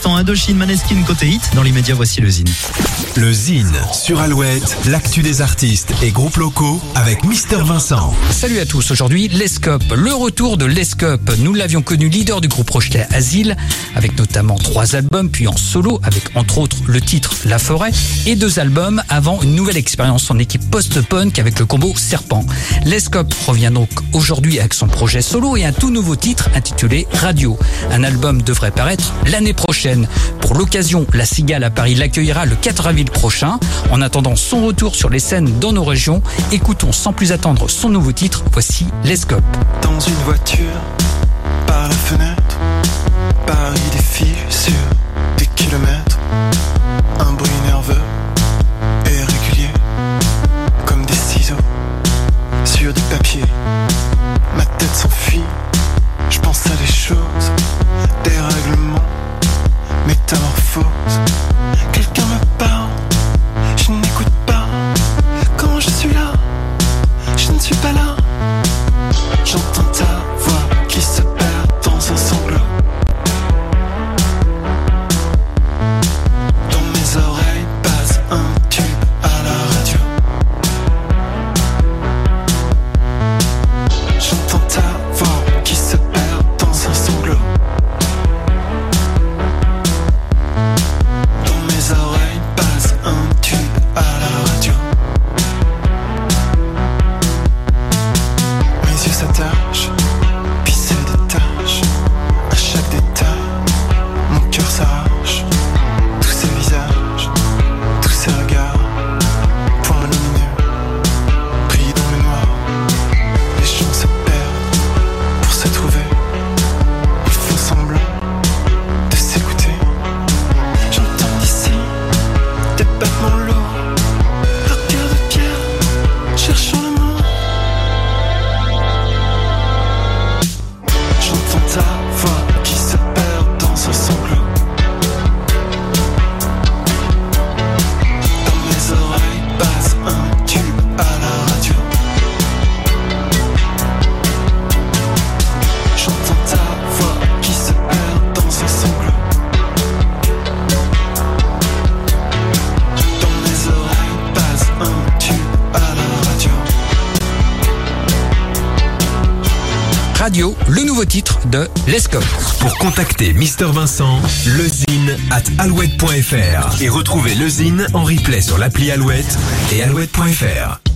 l'instant, Indochine, Maneskin côté hit. Dans l'immédiat, voici le Zine. Le Zine sur Alouette, l'actu des artistes et groupes locaux avec Mister Vincent. Salut à tous, aujourd'hui Lescope, le retour de Lescope. Nous l'avions connu leader du groupe rochelais Asile, avec notamment 3 albums, puis en solo, avec entre autres le titre La Forêt, et 2 albums avant une nouvelle expérience en équipe post-punk avec le combo Serpent. Lescope revient donc aujourd'hui avec son projet solo et un tout nouveau titre intitulé Radio. Un album devrait paraître l'année prochaine. Pour l'occasion, La Cigale à Paris l'accueillera le 4 avril prochain. En attendant son retour sur les scènes dans nos régions, écoutons sans plus attendre son nouveau titre. Voici Lescope. Dans une voiture, par la fenêtre, Paris défile sur des kilomètres. Un bruit nerveux et régulier, comme des ciseaux sur du papier. Ma tête s'enfuit, je pense à des choses, des règlements, métamorphoses. Quelqu'un me parle, je n'écoute pas. Quand je suis là, je ne suis pas là. J'entends ta voix qui se perd dans un sanglot. Dans mes oreilles passe un tube à la radio. J'entends ta voix qui se perd dans un sanglot. Dans mes oreilles passe un tube à la radio. Mes yeux s'attachent, puis se détachent. À chaque détail, mon cœur s'arrache. Tous ces visages, tous ces regards, points lumineux, brillent dans le noir. Les gens se perdent pour se trouver. Ils font semblant de s'écouter. J'entends d'ici des battements lourds, leur cœur de pierre, cherchant le mot. J'entends ta voix qui se perd dans un sanglot. Dans mes oreilles passe un tube à la radio. J'entends ta voix qui se perd dans un sanglot. Dans mes oreilles passe un tube à la radio. Radio, le nouveau titre de Lescope. Pour contacter Mister Vincent, lezine@alouette.fr et retrouver le Zine en replay sur l'appli Alouette et alouette.fr.